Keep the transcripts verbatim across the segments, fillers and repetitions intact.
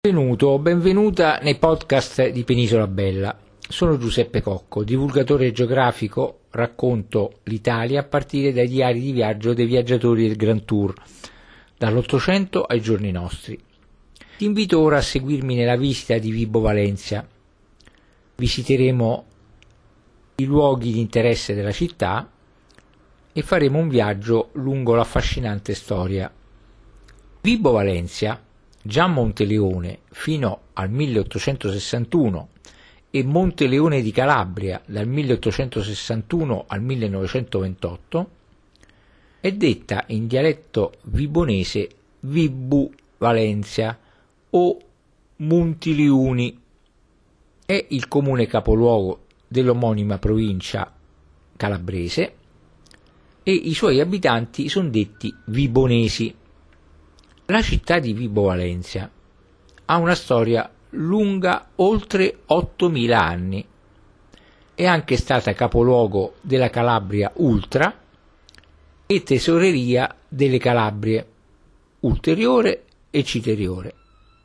Benvenuto o benvenuta nei podcast di Penisola Bella. Sono Giuseppe Cocco, divulgatore geografico, racconto l'Italia a partire dai diari di viaggio dei viaggiatori del Grand Tour, dall'Ottocento ai giorni nostri. Ti invito ora a seguirmi nella visita di Vibo Valentia. Visiteremo i luoghi di interesse della città e faremo un viaggio lungo l'affascinante storia. Vibo Valentia, già Monteleone fino al milleottocentosessantuno e Monteleone di Calabria dal milleottocentosessantuno al millenovecentoventotto, è detta in dialetto vibonese Vibu Valentia o Muntiliuni. È il comune capoluogo dell'omonima provincia calabrese e i suoi abitanti sono detti vibonesi. La città di Vibo Valentia ha una storia lunga oltre ottomila anni. È anche stata capoluogo della Calabria Ultra e tesoreria delle Calabrie Ulteriore e Citeriore.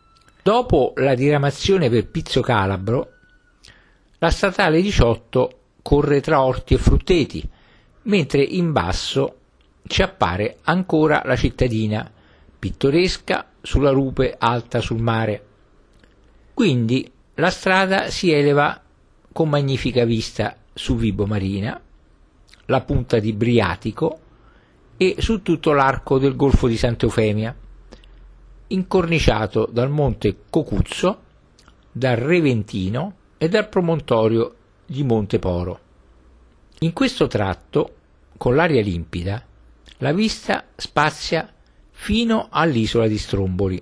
Dopo la diramazione per Pizzo Calabro, la statale diciotto corre tra orti e frutteti, mentre in basso ci appare ancora la cittadina pittoresca sulla rupe alta sul mare. Quindi la strada si eleva con magnifica vista su Vibo Marina, la punta di Briatico e su tutto l'arco del Golfo di Sant'Eufemia, incorniciato dal monte Cocuzzo, dal Reventino e dal promontorio di Monte Poro. In questo tratto, con l'aria limpida, la vista spazia fino all'isola di Stromboli.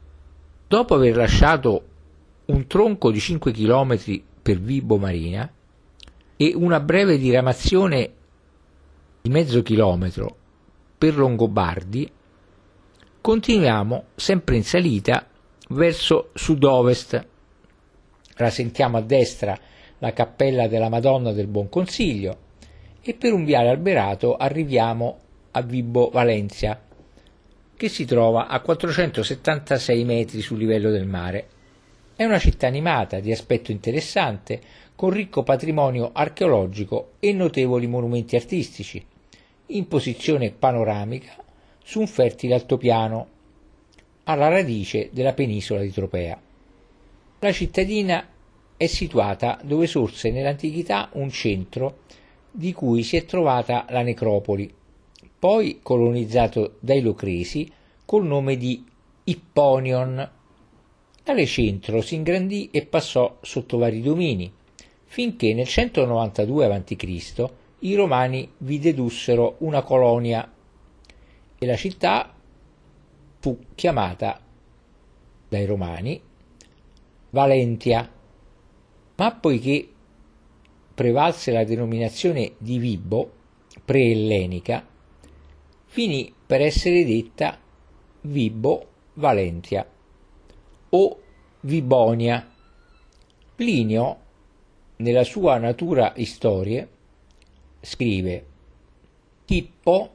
Dopo aver lasciato un tronco di cinque chilometri per Vibo Marina e una breve diramazione di mezzo chilometro per Longobardi, continuiamo sempre in salita verso sud-ovest. Rasentiamo a destra la cappella della Madonna del Buon Consiglio e per un viale alberato arriviamo a Vibo Valentia, che si trova a quattrocentosettantasei metri sul livello del mare. È una città animata, di aspetto interessante, con ricco patrimonio archeologico e notevoli monumenti artistici, in posizione panoramica su un fertile altopiano, alla radice della penisola di Tropea. La cittadina è situata dove sorse nell'antichità un centro di cui si è trovata la necropoli, poi colonizzato dai Locresi col nome di Ipponion. Tale centro si ingrandì e passò sotto vari domini, finché nel centonovantadue avanti Cristo i Romani vi dedussero una colonia e la città fu chiamata dai Romani Valentia, ma poiché prevalse la denominazione di Vibo preellenica, finì per essere detta Vibo Valentia o Vibonia. Plinio, nella sua Natura Historiae, scrive: Hippo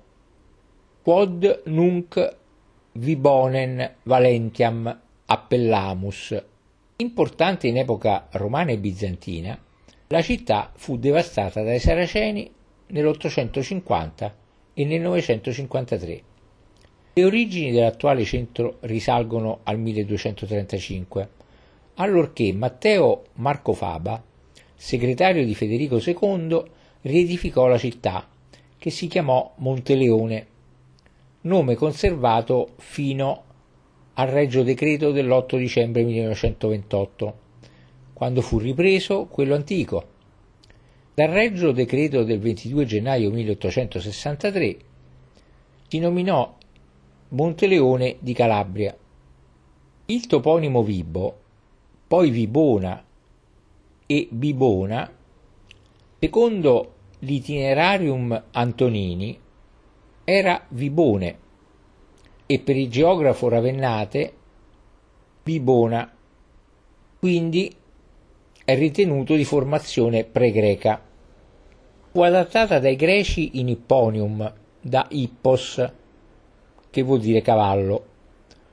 quod nunc Vibonen Valentiam appellamus. Importante in epoca romana e bizantina, la città fu devastata dai Saraceni nell'ottocentocinquanta e nel novecentocinquantatré. Le origini dell'attuale centro risalgono al milleduecentotrentacinque, allorché Matteo Marco Faba, segretario di Federico secondo, riedificò la città, che si chiamò Monteleone, nome conservato fino al Regio Decreto dell'otto dicembre millenovecentoventotto, quando fu ripreso quello antico. Dal Regio Decreto del ventidue gennaio milleottocentosessantatré si nominò Monteleone di Calabria. Il toponimo Vibo, poi Vibona e Bibona, secondo l'Itinerarium Antonini, era Vibone e per il geografo Ravennate Vibona, quindi è ritenuto di formazione pregreca. Fu adattata dai greci in Ipponium, da Ippos, che vuol dire cavallo.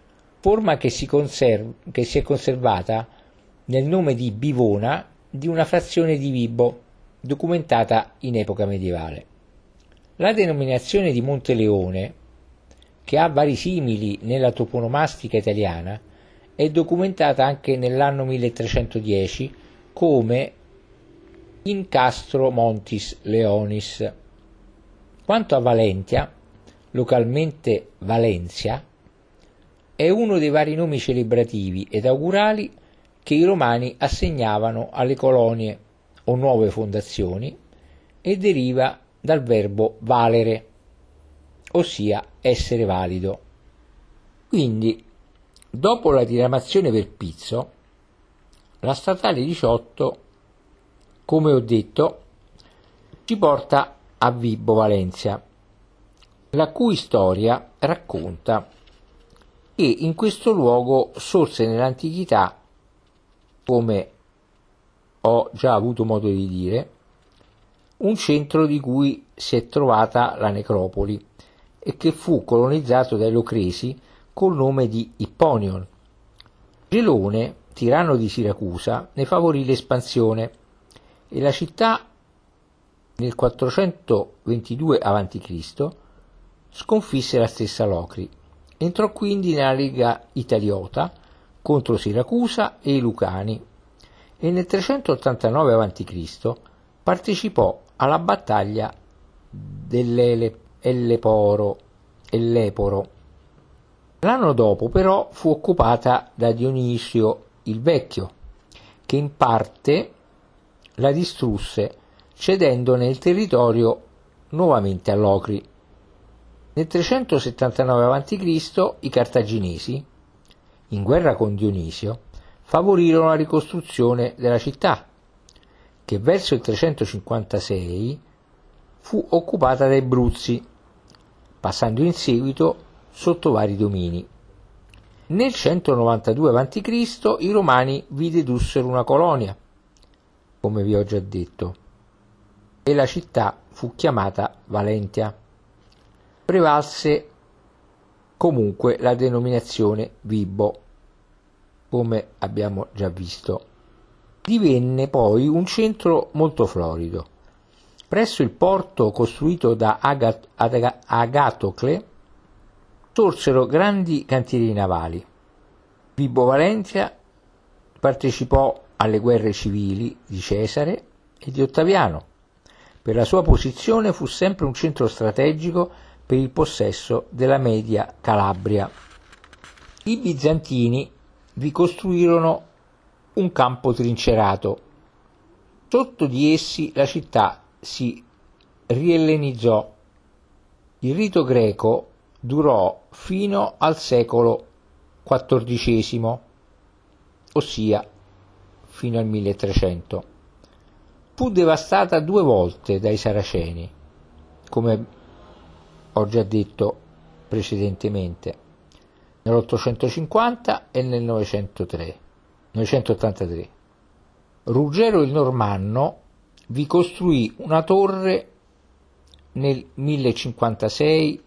forma che si, conserv- che si è conservata nel nome di Bivona di una frazione di Vibo, documentata in epoca medievale. La denominazione di Monteleone, che ha vari simili nella toponomastica italiana, è documentata anche nell'anno milletrecentodieci come Incastro Montis Leonis. Quanto a Valentia, localmente Valencia, è uno dei vari nomi celebrativi ed augurali che i romani assegnavano alle colonie o nuove fondazioni e deriva dal verbo valere, ossia essere valido. Quindi, dopo la diramazione per Pizzo, la statale diciotto, come ho detto, ci porta a Vibo Valentia, la cui storia racconta che in questo luogo sorse nell'antichità, come ho già avuto modo di dire, un centro di cui si è trovata la necropoli e che fu colonizzato dai Locresi col nome di Ipponion. Gelone, tiranno di Siracusa, ne favorì l'espansione e la città nel quattrocentoventidue avanti Cristo sconfisse la stessa Locri. Entrò quindi nella Lega Italiota contro Siracusa e i Lucani e nel trecentottantanove avanti Cristo partecipò alla battaglia dell'Elleporo. L'anno dopo però fu occupata da Dionisio il Vecchio, che in parte la distrusse cedendone il territorio nuovamente a Locri. Nel trecentosettantanove avanti Cristo i cartaginesi, in guerra con Dionisio, favorirono la ricostruzione della città, che verso il trecentocinquantasei fu occupata dai Bruzzi, passando in seguito sotto vari domini. Nel centonovantadue avanti Cristo i Romani vi dedussero una colonia, come vi ho già detto, e la città fu chiamata Valentia. Prevalse comunque la denominazione Vibo, come abbiamo già visto. Divenne poi un centro molto florido. Presso il porto costruito da Agat- Agat- Agatocle sorsero grandi cantieri navali. Vibo Valentia partecipò alle guerre civili di Cesare e di Ottaviano. Per la sua posizione fu sempre un centro strategico per il possesso della Media Calabria. I bizantini vi costruirono un campo trincerato. Sotto di essi la città si riellenizzò. Il rito greco durò fino al secolo quattordicesimo, ossia fino al milletrecento. Fu devastata due volte dai Saraceni, come ho già detto precedentemente, nell'ottocentocinquanta e nel novecentottantatré. Ruggero il Normanno vi costruì una torre nel millecinquantasei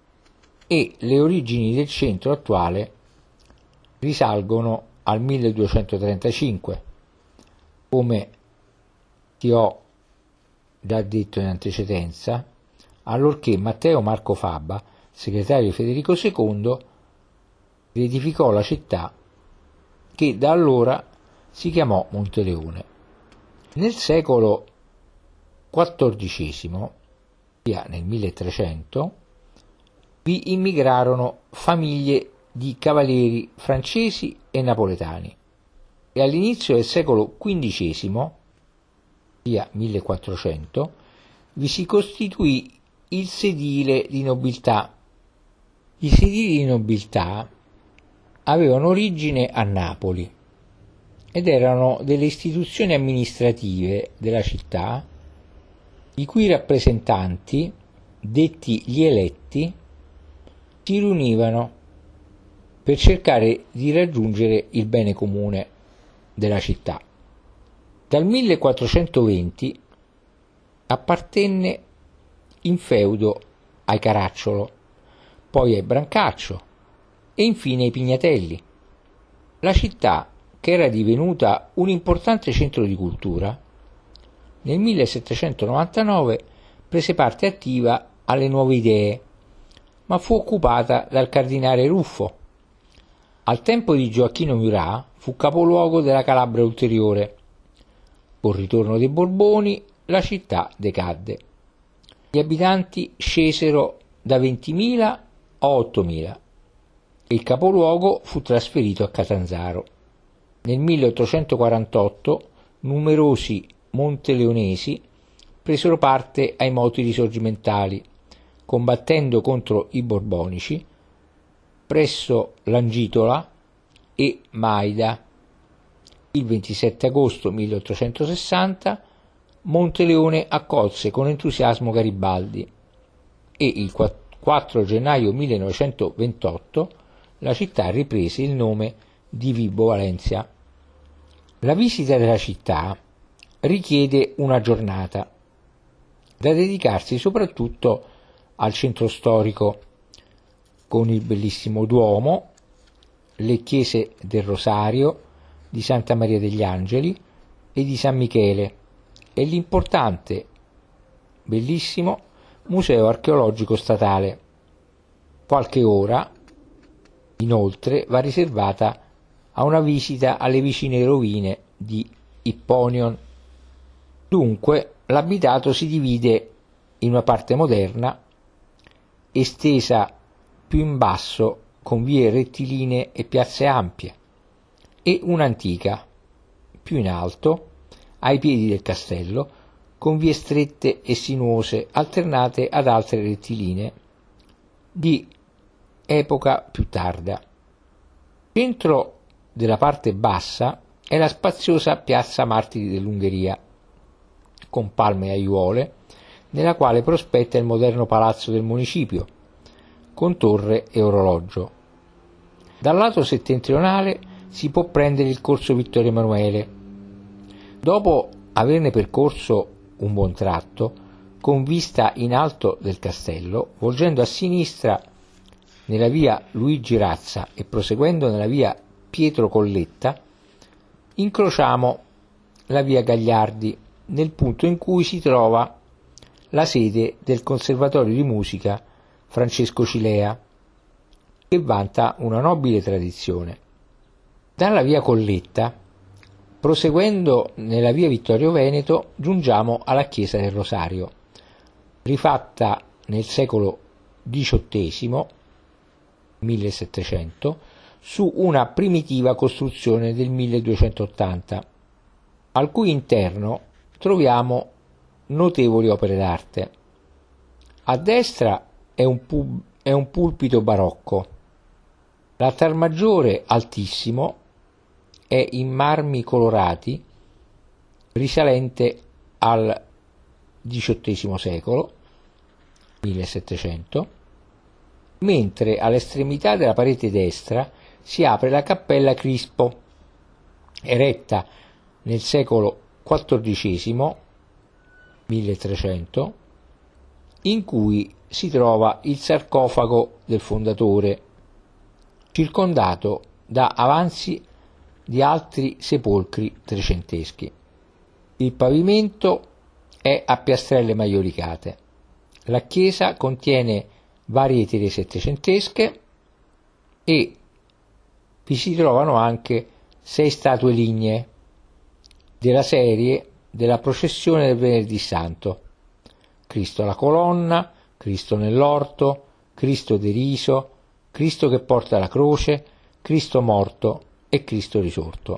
e le origini del centro attuale risalgono al milleduecentotrentacinque, come ti ho già detto in antecedenza, allorché Matteo Marco Fabba, segretario di Federico secondo, riedificò la città che da allora si chiamò Monteleone. Nel secolo quattordicesimo, sia nel milletrecento, vi immigrarono famiglie di cavalieri francesi e napoletani e all'inizio del secolo quindicesimo, sia millequattrocento, vi si costituì il sedile di nobiltà. I sedili di nobiltà avevano origine a Napoli ed erano delle istituzioni amministrative della città i cui rappresentanti, detti gli eletti, si riunivano per cercare di raggiungere il bene comune della città. Dal millequattrocentoventi appartenne in feudo ai Caracciolo, poi ai Brancaccio e infine i Pignatelli. La città, che era divenuta un importante centro di cultura, nel millesettecentonovantanove prese parte attiva alle nuove idee, ma fu occupata dal cardinale Ruffo. Al tempo di Gioacchino Murat fu capoluogo della Calabria ulteriore. Col ritorno dei Borboni la città decadde. Gli abitanti scesero da ventimila a ottomila e il capoluogo fu trasferito a Catanzaro. Nel milleottocentoquarantotto numerosi monteleonesi presero parte ai moti risorgimentali, combattendo contro i borbonici presso Langitola e Maida. Il ventisette agosto milleottocentosessanta Monteleone accolse con entusiasmo Garibaldi e il quattro gennaio millenovecentoventotto la città riprese il nome di Vibo Valentia. La visita della città richiede una giornata da dedicarsi soprattutto al centro storico, con il bellissimo Duomo, le chiese del Rosario, di Santa Maria degli Angeli e di San Michele e l'importante, bellissimo Museo archeologico statale. Qualche ora, inoltre, va riservata a una visita alle vicine rovine di Ipponion. Dunque, l'abitato si divide in una parte moderna, estesa più in basso con vie rettilinee e piazze ampie, e un'antica, più in alto, ai piedi del castello, con vie strette e sinuose alternate ad altre rettilinee di epoca più tarda. Centro della parte bassa è la spaziosa piazza Martiri dell'Ungheria, con palme e aiuole, nella quale prospetta il moderno palazzo del municipio, con torre e orologio. Dal lato settentrionale si può prendere il corso Vittorio Emanuele. Dopo averne percorso un buon tratto, con vista in alto del castello, volgendo a sinistra nella via Luigi Razza e proseguendo nella via Pietro Colletta, incrociamo la via Gagliardi nel punto in cui si trova la sede del Conservatorio di Musica Francesco Cilea, che vanta una nobile tradizione. Dalla via Colletta, proseguendo nella via Vittorio Veneto, giungiamo alla chiesa del Rosario, rifatta nel secolo diciottesimo, millesettecento, su una primitiva costruzione del milleduecentottanta, al cui interno troviamo notevoli opere d'arte. A destra è un, pub, è un pulpito barocco. L'altar maggiore, altissimo, è in marmi colorati, risalente al diciottesimo secolo, millesettecento, mentre all'estremità della parete destra si apre la cappella Crispo, eretta nel secolo quattordicesimo, milletrecento, in cui si trova il sarcofago del fondatore, circondato da avanzi di altri sepolcri trecenteschi. Il pavimento è a piastrelle maiolicate. La chiesa contiene varie tele settecentesche e vi si trovano anche sei statue lignee della serie della processione del Venerdì Santo: Cristo alla colonna, Cristo nell'orto, Cristo deriso, Cristo che porta la croce, Cristo morto e Cristo risorto.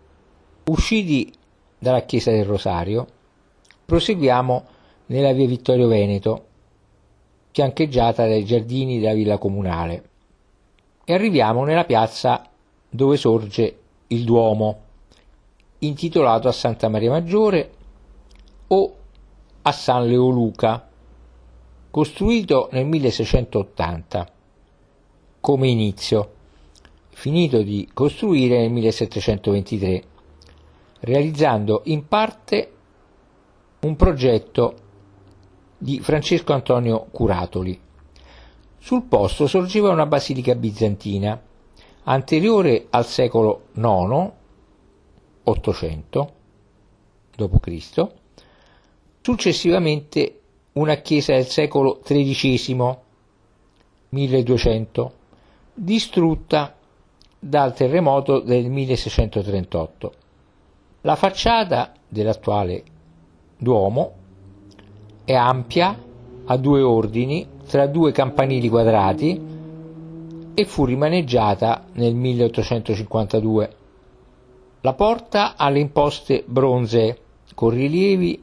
Usciti dalla chiesa del Rosario, proseguiamo nella via Vittorio Veneto, fiancheggiata dai giardini della villa comunale, e arriviamo nella piazza dove sorge il Duomo, intitolato a Santa Maria Maggiore o a San Leoluca, costruito nel milleseicentottanta come inizio, finito di costruire nel millesettecentoventitré, realizzando in parte un progetto di Francesco Antonio Curatoli. Sul posto sorgeva una basilica bizantina, anteriore al secolo nono, ottocento dopo Cristo, successivamente una chiesa del secolo tredicesimo, milleduecento, distrutta dal terremoto del milleseicentotrentotto. La facciata dell'attuale Duomo è ampia, a due ordini, tra due campanili quadrati, e fu rimaneggiata nel milleottocentocinquantadue. La porta ha le imposte bronzee con rilievi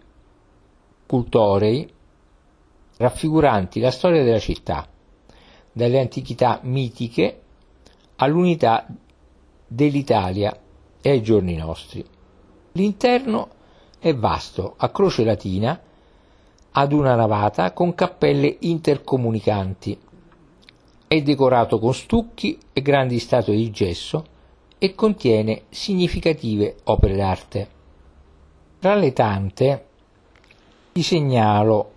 scultorei raffiguranti la storia della città, dalle antichità mitiche all'unità dell'Italia e ai giorni nostri. L'interno è vasto, a croce latina, ad una navata con cappelle intercomunicanti. È decorato con stucchi e grandi statue di gesso e contiene significative opere d'arte. Tra le tante vi segnalo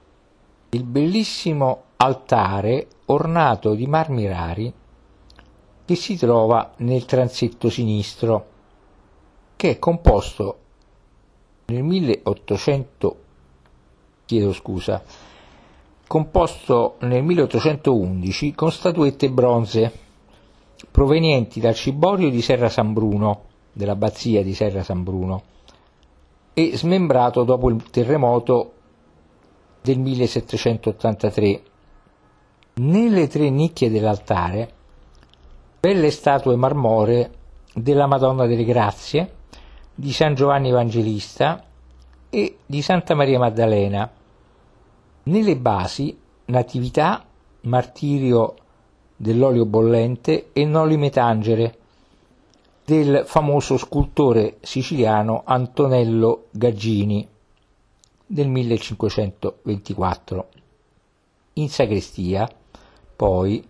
il bellissimo altare ornato di marmi rari che si trova nel transetto sinistro, che è composto nel milleottocento chiedo scusa composto nel milleottocentoundici con statuette bronzee provenienti dal ciborio di Serra San Bruno, dell'abbazia di Serra San Bruno, e smembrato dopo il terremoto del millesettecentottantatré. Nelle tre nicchie dell'altare belle statue marmoree della Madonna delle Grazie, di San Giovanni Evangelista e di Santa Maria Maddalena. Nelle basi Natività, Martirio dell'olio bollente e Noli me tangere del famoso scultore siciliano Antonello Gaggini del millecinquecentoventiquattro. In sagrestia poi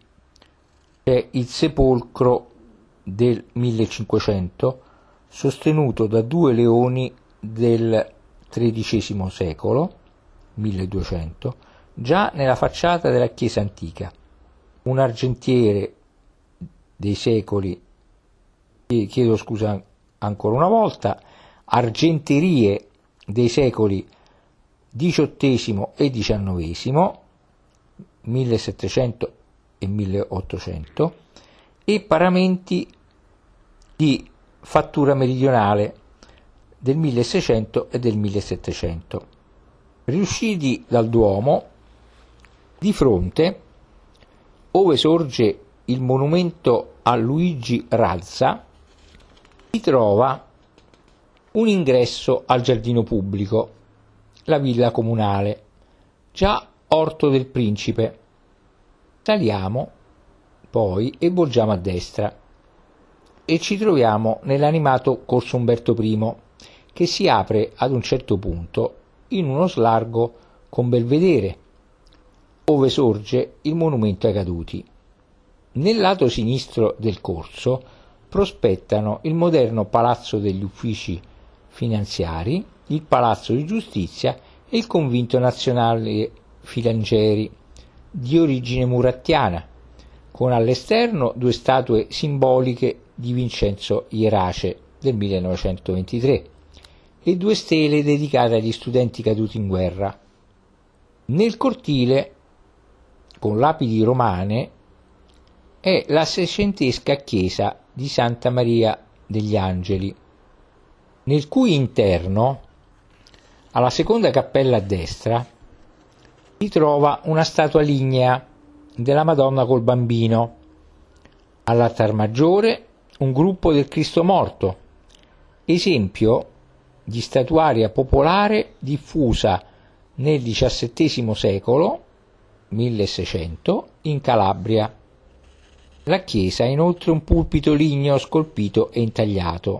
c'è il sepolcro del millecinquecento sostenuto da due leoni del tredicesimo secolo, milleduecento, già nella facciata della chiesa antica. Un argentiere dei secoli, chiedo scusa ancora una volta, argenterie dei secoli diciottesimo e diciannovesimo, millesettecento e milleottocento, e paramenti di fattura meridionale del milleseicento e del millesettecento. Riusciti dal Duomo, di fronte, ove sorge il monumento a Luigi Razza, si trova un ingresso al giardino pubblico, la villa comunale, già Orto del Principe. Saliamo poi e volgiamo a destra e ci troviamo nell'animato Corso Umberto I, che si apre ad un certo punto in uno slargo con belvedere, ove sorge il monumento ai caduti. Nel lato sinistro del corso prospettano il moderno Palazzo degli Uffici Finanziari, il Palazzo di Giustizia e il Convento Nazionale Filangieri, di origine murattiana, con all'esterno due statue simboliche di Vincenzo Ierace del millenovecentoventitré e due stele dedicate agli studenti caduti in guerra. Nel cortile, con lapidi romane, è la seicentesca chiesa di Santa Maria degli Angeli, nel cui interno, alla seconda cappella a destra, si trova una statua lignea della Madonna col Bambino. All'altar maggiore un gruppo del Cristo morto, esempio di statuaria popolare diffusa nel diciassettesimo secolo, milleseicento, in Calabria. La chiesa ha inoltre un pulpito ligneo scolpito e intagliato,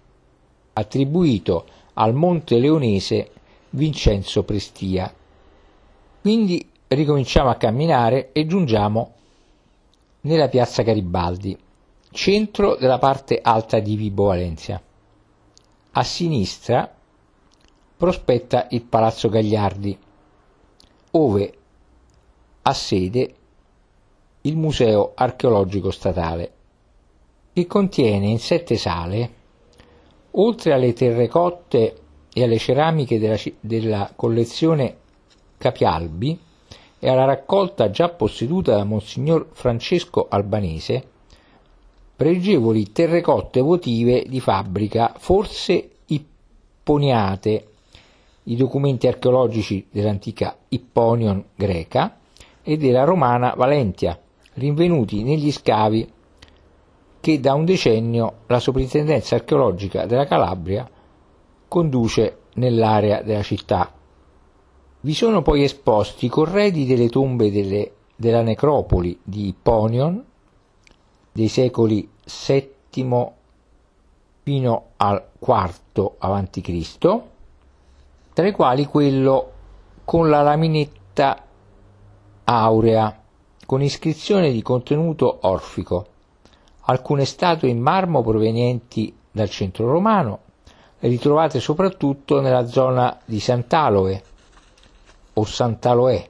attribuito al monte leonese Vincenzo Prestia. Quindi ricominciamo a camminare e giungiamo nella piazza Garibaldi, centro della parte alta di Vibo Valentia. A sinistra prospetta il Palazzo Gagliardi, ove ha sede il Museo Archeologico Statale, che contiene in sette sale, oltre alle terrecotte e alle ceramiche della, della collezione Capialbi e alla raccolta già posseduta da Monsignor Francesco Albanese, pregevoli terrecotte votive di fabbrica, forse ipponiate, i documenti archeologici dell'antica Ipponion greca e della romana Valentia, rinvenuti negli scavi che da un decennio la Soprintendenza Archeologica della Calabria conduce nell'area della città. Vi sono poi esposti i corredi delle tombe delle, della necropoli di Ipponion dei secoli settimo fino al quarto avanti Cristo, tra i quali quello con la laminetta aurea con iscrizione di contenuto orfico, alcune statue in marmo provenienti dal centro romano, ritrovate soprattutto nella zona di Sant'Aloe o Sant'Aloe,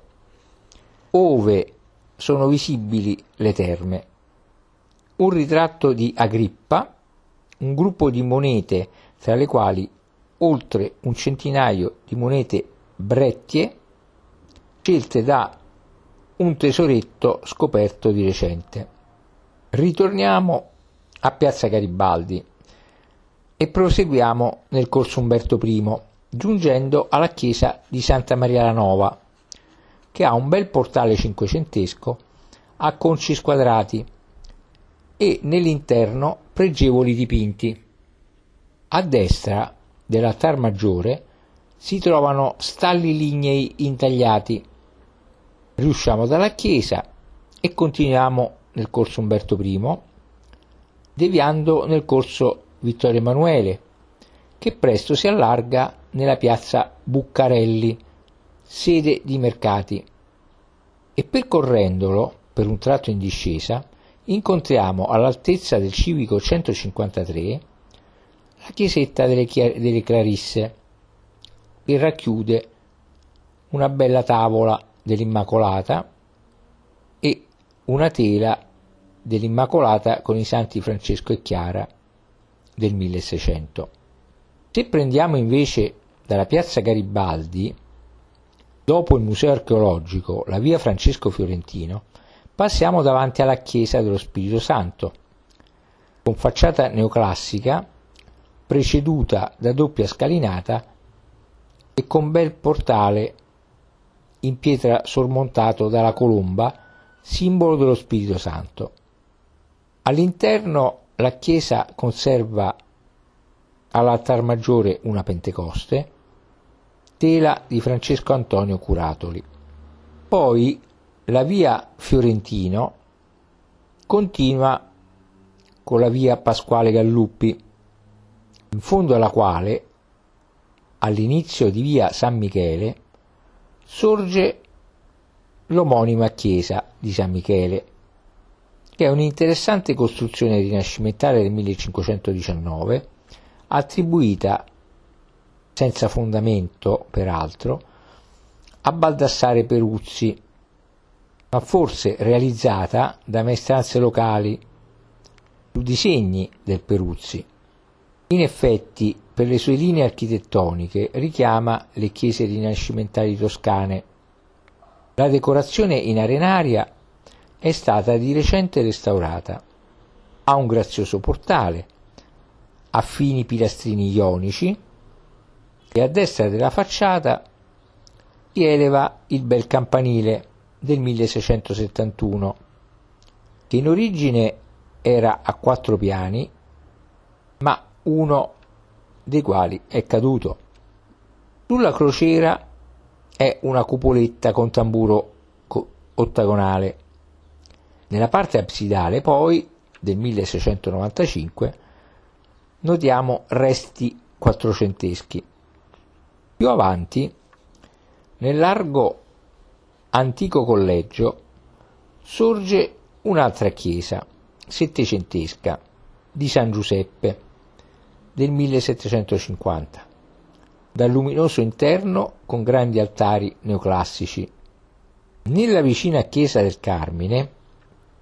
ove sono visibili le terme. Un ritratto di Agrippa, un gruppo di monete tra le quali oltre un centinaio di monete brettie scelte da un tesoretto scoperto di recente. Ritorniamo a Piazza Garibaldi e proseguiamo nel corso Umberto I, giungendo alla chiesa di Santa Maria la Nova, che ha un bel portale cinquecentesco a conci squadrati e nell'interno pregevoli dipinti. A destra dell'altar maggiore si trovano stalli lignei intagliati. Riusciamo dalla chiesa e continuiamo nel corso Umberto I, deviando nel corso Vittorio Emanuele, che presto si allarga nella piazza Buccarelli, sede di mercati, e percorrendolo per un tratto in discesa incontriamo all'altezza del civico centocinquantatré la chiesetta delle, Chiar- delle Clarisse, che racchiude una bella tavola dell'Immacolata e una tela dell'Immacolata con i santi Francesco e Chiara del milleseicento. Se prendiamo invece dalla piazza Garibaldi, dopo il Museo Archeologico, la via Francesco Fiorentino, passiamo davanti alla chiesa dello Spirito Santo, con facciata neoclassica, preceduta da doppia scalinata e con bel portale in pietra sormontato dalla colomba, simbolo dello Spirito Santo. All'interno la chiesa conserva all'altar maggiore una Pentecoste, tela di Francesco Antonio Curatoli. Poi la via Fiorentino continua con la via Pasquale Galluppi, in fondo alla quale, all'inizio di via San Michele, sorge l'omonima chiesa di San Michele, che è un'interessante costruzione rinascimentale del millecinquecentodiciannove, attribuita, senza fondamento peraltro, a Baldassare Peruzzi, ma forse realizzata da maestranze locali su disegni del Peruzzi. In effetti, per le sue linee architettoniche, richiama le chiese rinascimentali toscane. La decorazione in arenaria è stata di recente restaurata. Ha un grazioso portale, ha fini pilastrini ionici e a destra della facciata si eleva il bel campanile del milleseicentosettantuno, che in origine era a quattro piani, ma uno dei quali è caduto. Sulla crociera è una cupoletta con tamburo ottagonale. Nella parte absidale, poi, del milleseicentonovantacinque, notiamo resti quattrocenteschi. Più avanti, nel largo antico collegio, sorge un'altra chiesa settecentesca di San Giuseppe del millesettecentocinquanta, dal luminoso interno con grandi altari neoclassici. Nella vicina chiesa del Carmine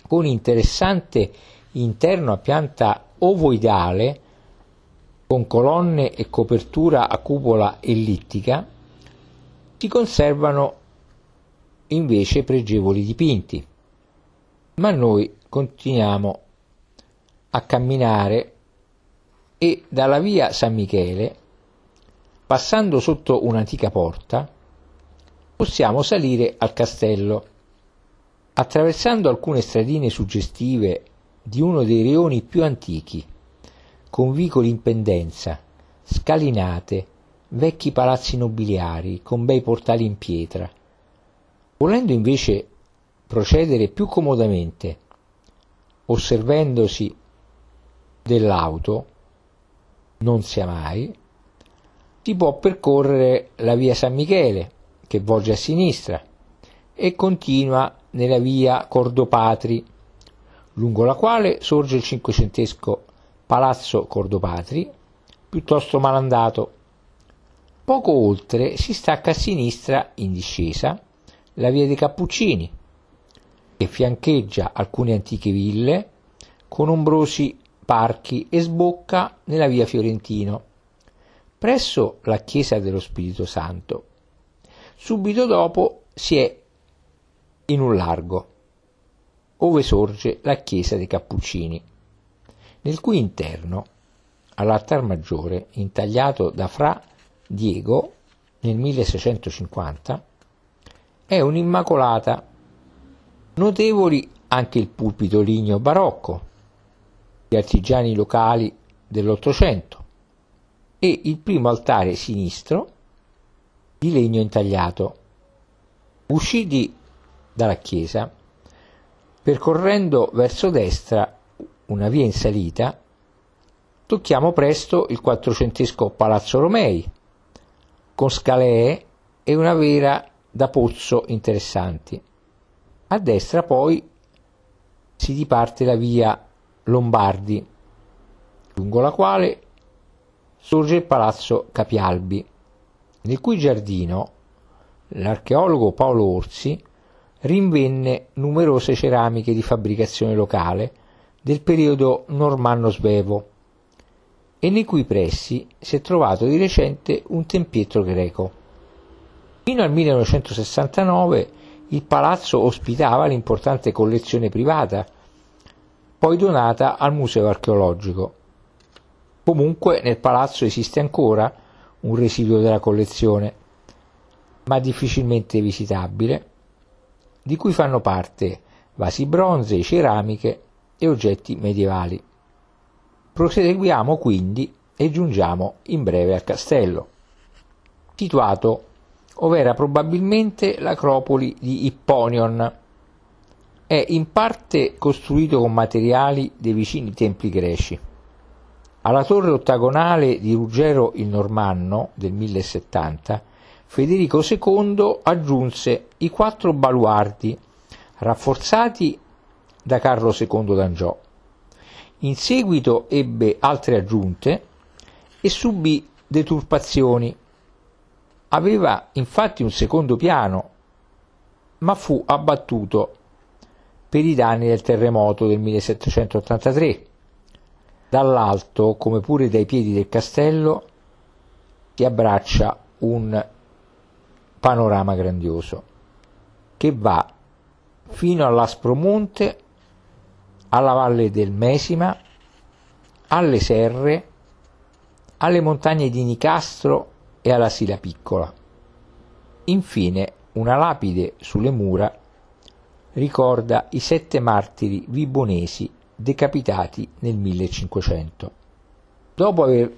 con interessante interno a pianta ovoidale con colonne e copertura a cupola ellittica, si conservano invece pregevoli dipinti. Ma noi continuiamo a camminare e dalla via San Michele, passando sotto un'antica porta, possiamo salire al castello. Attraversando alcune stradine suggestive di uno dei rioni più antichi, con vicoli in pendenza, scalinate, vecchi palazzi nobiliari con bei portali in pietra. Volendo invece procedere più comodamente, osservandosi dell'auto, non sia mai, si può percorrere la via San Michele, che volge a sinistra, e continua nella via Cordopatri, lungo la quale sorge il cinquecentesco Palazzo Cordopatri, piuttosto malandato. Poco oltre si stacca a sinistra, in discesa, la via dei Cappuccini, che fiancheggia alcune antiche ville con ombrosi parchi e sbocca nella via Fiorentino, presso la chiesa dello Spirito Santo. Subito dopo si è in un largo, ove sorge la chiesa dei Cappuccini, nel cui interno, all'altar maggiore, intagliato da Fra Diego nel milleseicentocinquanta, è un'Immacolata. Notevoli anche il pulpito ligneo barocco, gli artigiani locali dell'Ottocento e il primo altare sinistro di legno intagliato. Usciti dalla chiesa, percorrendo verso destra una via in salita, tocchiamo presto il quattrocentesco Palazzo Romei, con scalee e una vera da pozzo interessanti. A destra poi si diparte la via Lombardi, lungo la quale sorge il Palazzo Capialbi, nel cui giardino l'archeologo Paolo Orsi rinvenne numerose ceramiche di fabbricazione locale del periodo normanno-svevo e nei cui pressi si è trovato di recente un tempietto greco. Fino al millenovecentosessantanove il palazzo ospitava l'importante collezione privata, poi donata al Museo Archeologico. Comunque nel palazzo esiste ancora un residuo della collezione, ma difficilmente visitabile, di cui fanno parte vasi bronzei, ceramiche e oggetti medievali. Proseguiamo quindi e giungiamo in breve al castello, situato ov'era probabilmente l'acropoli di Ipponion. È in parte costruito con materiali dei vicini templi greci. Alla torre ottagonale di Ruggero il Normanno del millesettanta, Federico secondo aggiunse i quattro baluardi rafforzati da Carlo secondo d'Angiò. In seguito ebbe altre aggiunte e subì deturpazioni. Aveva infatti un secondo piano, ma fu abbattuto per i danni del terremoto del millesettecentottantatré. Dall'alto, come pure dai piedi del castello, si abbraccia un panorama grandioso che va fino all'Aspromonte, alla valle del Mesima, alle Serre, alle montagne di Nicastro e alla Sila Piccola. Infine una lapide sulle mura ricorda i sette martiri vibonesi decapitati nel millecinquecento. Dopo aver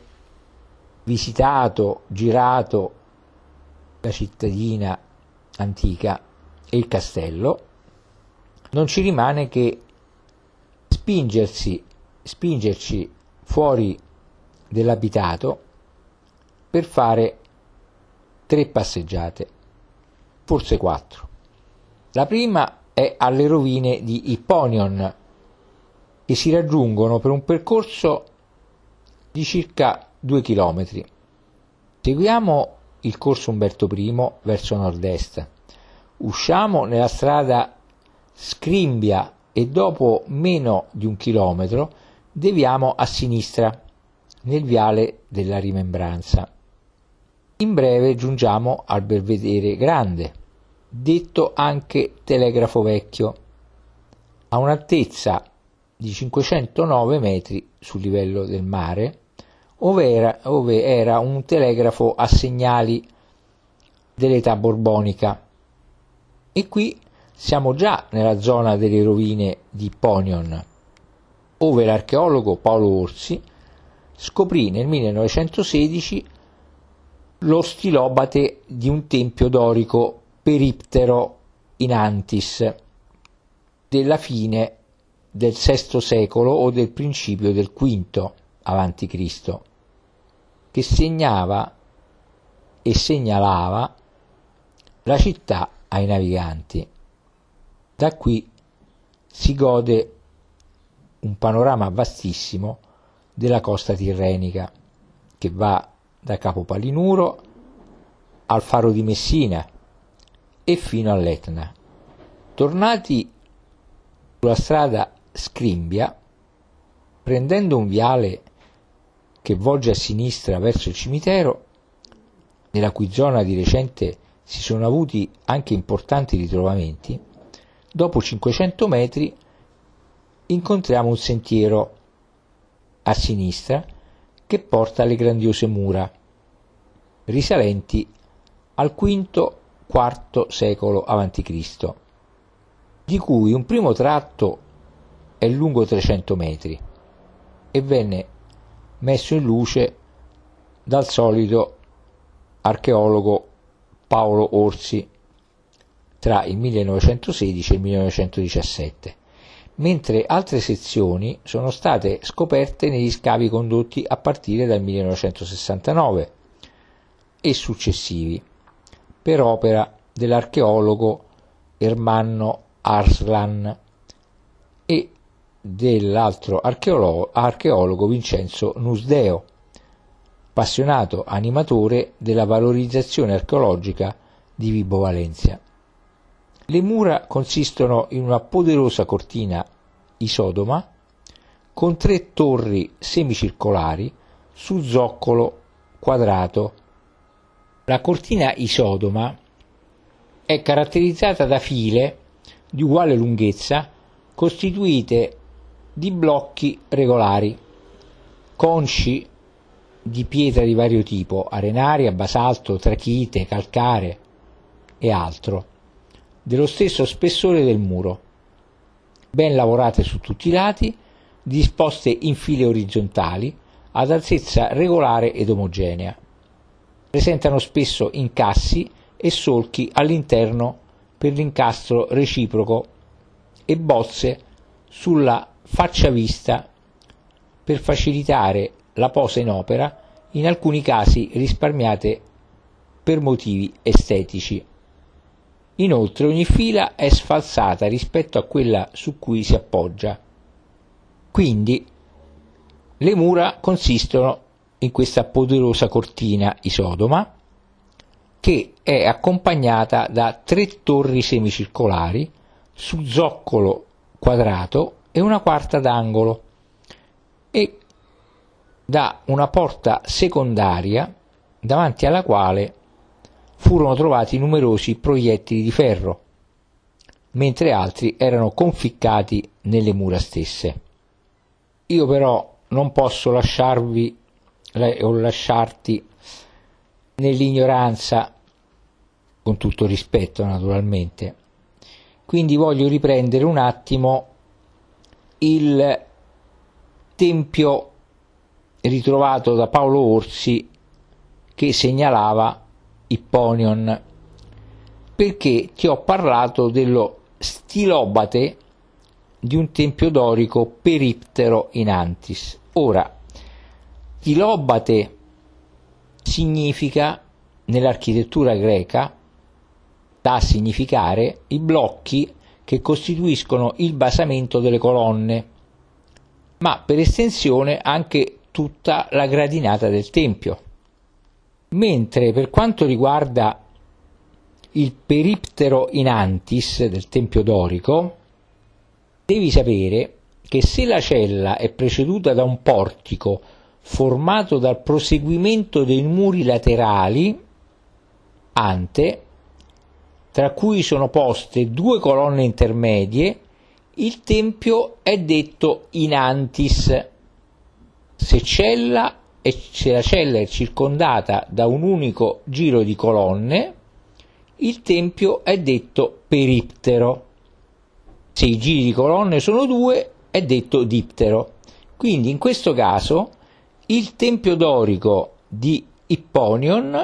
visitato, girato la cittadina antica e il castello, non ci rimane che spingersi, spingerci fuori dell'abitato per fare tre passeggiate, forse quattro. La prima è alle rovine di Ipponion, che si raggiungono per un percorso di circa due chilometri. Seguiamo il corso Umberto I verso nord-est. Usciamo nella strada Scrimbia e dopo meno di un chilometro deviamo a sinistra nel viale della Rimembranza. In breve giungiamo al Belvedere Grande, detto anche Telegrafo Vecchio, a un'altezza di cinquecentonove metri sul livello del mare, ove era, ove era un telegrafo a segnali dell'età borbonica. E qui siamo già nella zona delle rovine di Ponion, ove l'archeologo Paolo Orsi scoprì nel millenovecentosedici lo stilobate di un tempio dorico periptero in Antis della fine del sesto secolo o del principio del quinto avanti Cristo, che segnava e segnalava la città ai naviganti. Da qui si gode un panorama vastissimo della costa tirrenica, che va da Capo Palinuro al faro di Messina e fino all'Etna. Tornati sulla strada Scrimbia, prendendo un viale che volge a sinistra verso il cimitero, nella cui zona di recente si sono avuti anche importanti ritrovamenti, dopo cinquecento metri incontriamo un sentiero a sinistra che porta alle grandiose mura, risalenti al quinto quarto secolo avanti Cristo, di cui un primo tratto è lungo trecento metri e venne messo in luce dal solito archeologo Paolo Orsi tra il millenovecentosedici e il millenovecentodiciassette, mentre altre sezioni sono state scoperte negli scavi condotti a partire dal millenovecentosessantanove e successivi, per opera dell'archeologo Ermanno Arslan e dell'altro archeologo, archeologo Vincenzo Nusdeo, appassionato animatore della valorizzazione archeologica di Vibo Valentia. Le mura consistono in una poderosa cortina isodoma con tre torri semicircolari su zoccolo quadrato. La cortina isodoma è caratterizzata da file di uguale lunghezza costituite di blocchi regolari, conci di pietra di vario tipo, arenaria, basalto, trachite, calcare e altro, dello stesso spessore del muro, ben lavorate su tutti i lati, disposte in file orizzontali ad altezza regolare ed omogenea. Presentano spesso incassi e solchi all'interno per l'incastro reciproco e bozze sulla faccia vista per facilitare la posa in opera, in alcuni casi risparmiate per motivi estetici. Inoltre ogni fila è sfalsata rispetto a quella su cui si appoggia. Quindi le mura consistono in questa poderosa cortina isodoma che è accompagnata da tre torri semicircolari su zoccolo quadrato e una quarta d'angolo e da una porta secondaria davanti alla quale furono trovati numerosi proiettili di ferro, mentre altri erano conficcati nelle mura stesse. Io però non posso lasciarvi o lasciarti nell'ignoranza, con tutto rispetto naturalmente, quindi voglio riprendere un attimo il tempio ritrovato da Paolo Orsi che segnalava Ipponion, perché ti ho parlato dello stilobate di un tempio dorico periptero in Antis. Ora, stilobate significa nell'architettura greca, da significare i blocchi che costituiscono il basamento delle colonne, ma per estensione anche tutta la gradinata del tempio. Mentre per quanto riguarda il periptero in Antis del tempio dorico, Devi sapere che se la cella è preceduta da un portico formato dal proseguimento dei muri laterali ante, tra cui sono poste due colonne intermedie, il tempio è detto in antis. Se, cella è, se la cella è circondata da un unico giro di colonne, il tempio è detto periptero. Se i giri di colonne sono due, è detto diptero. Quindi in questo caso il tempio dorico di Ipponion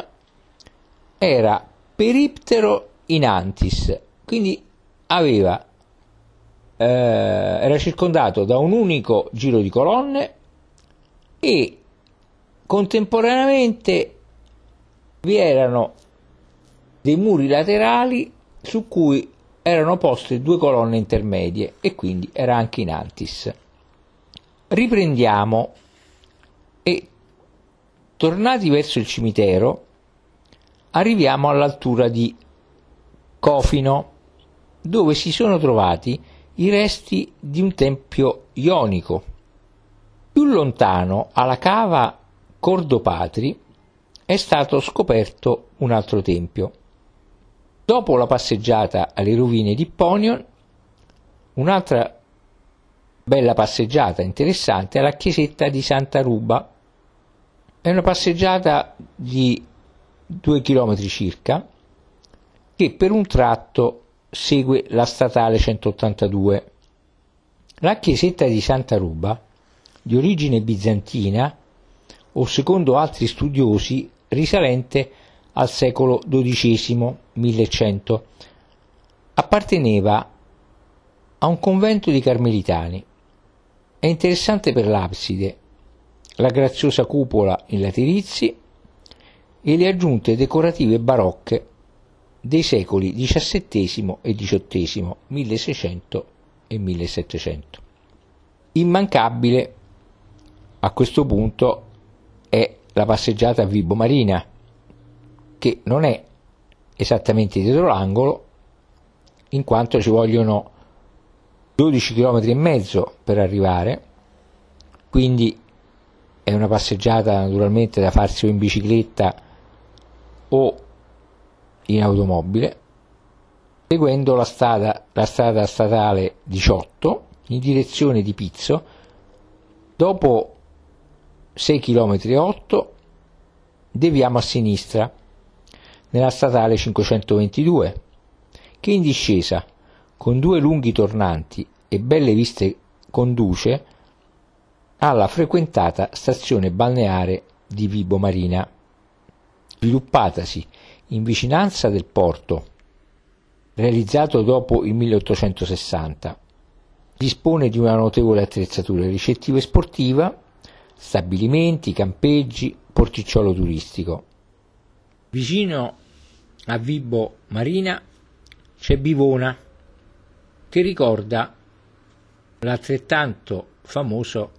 era periptero in antis, quindi aveva, eh, era circondato da un unico giro di colonne e contemporaneamente vi erano dei muri laterali su cui erano poste due colonne intermedie e quindi era anche in antis. Riprendiamo e, tornati verso il cimitero, arriviamo all'altura di Cofino, dove si sono trovati i resti di un tempio ionico. Più lontano, alla cava Cordopatri, è stato scoperto un altro tempio. Dopo la passeggiata alle rovine di Ipponion, un'altra bella passeggiata interessante è la chiesetta di Santa Ruba. È una passeggiata di due chilometri circa, che per un tratto segue la statale centottantadue. La chiesetta di Santa Ruba, di origine bizantina o secondo altri studiosi risalente al secolo dodicesimo millecento, apparteneva a un convento di carmelitani. È interessante per l'abside, la graziosa cupola in laterizi e le aggiunte decorative barocche dei secoli diciassettesimo e diciottesimo, milleseicento e millesettecento. Immancabile a questo punto è la passeggiata a Vibo Marina, che non è esattamente dietro l'angolo, in quanto ci vogliono dodici chilometri e mezzo per arrivare, quindi è una passeggiata naturalmente da farsi o in bicicletta o in automobile, seguendo la strada, la strada statale diciotto in direzione di Pizzo. Dopo sei chilometri e otto deviamo a sinistra nella statale cinquecentoventidue, che in discesa con due lunghi tornanti e belle viste conduce alla frequentata stazione balneare di Vibo Marina, sviluppatasi in vicinanza del porto, realizzato dopo il milleottocentosessanta. Dispone di una notevole attrezzatura ricettiva e sportiva, stabilimenti, campeggi, porticciolo turistico. Vicino a Vibo Marina c'è Bivona, che ricorda l'altrettanto famoso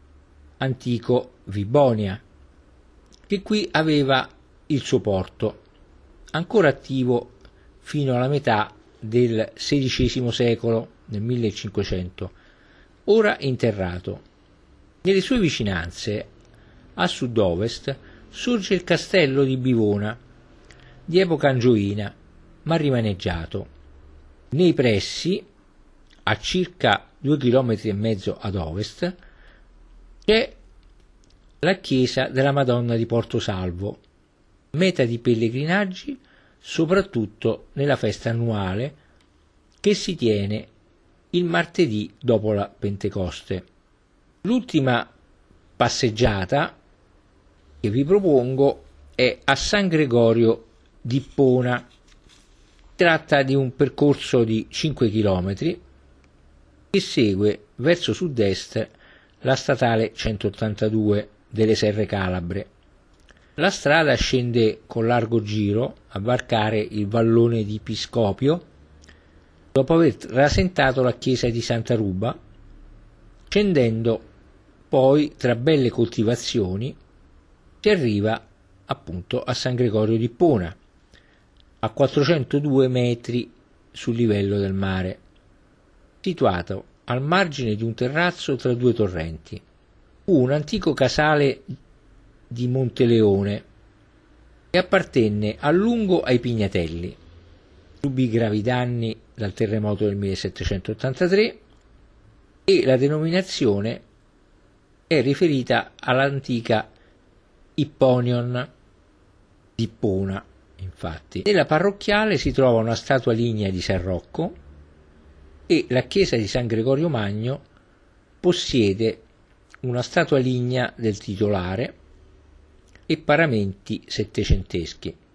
antico Vibonia, che qui aveva il suo porto, ancora attivo fino alla metà del sedicesimo secolo, nel millecinquecento, ora interrato. Nelle sue vicinanze, a sud-ovest, sorge il castello di Bivona, di epoca angioina, ma rimaneggiato. Nei pressi, a circa due chilometri e mezzo ad ovest, c'è la chiesa della Madonna di Porto Salvo, meta di pellegrinaggi soprattutto nella festa annuale che si tiene il martedì dopo la Pentecoste. L'ultima passeggiata che vi propongo è a San Gregorio di Ippona. Tratta di un percorso di cinque chilometri che segue verso sud-est la statale centottantadue delle Serre Calabre. La strada scende con largo giro a varcare il vallone di Piscopio, dopo aver rasentato la chiesa di Santa Ruba, scendendo poi tra belle coltivazioni si arriva appunto a San Gregorio di Ippona, a quattrocentodue metri sul livello del mare, situato al margine di un terrazzo tra due torrenti. Fu un antico casale di Monteleone e appartenne a lungo ai Pignatelli. Subì gravi danni dal terremoto del millesettecentottantatré e la denominazione è riferita all'antica Hipponion di Ippona, infatti. Nella parrocchiale si trova una statua lignea di San Rocco e la chiesa di San Gregorio Magno possiede una statua lignea del titolare e paramenti settecenteschi.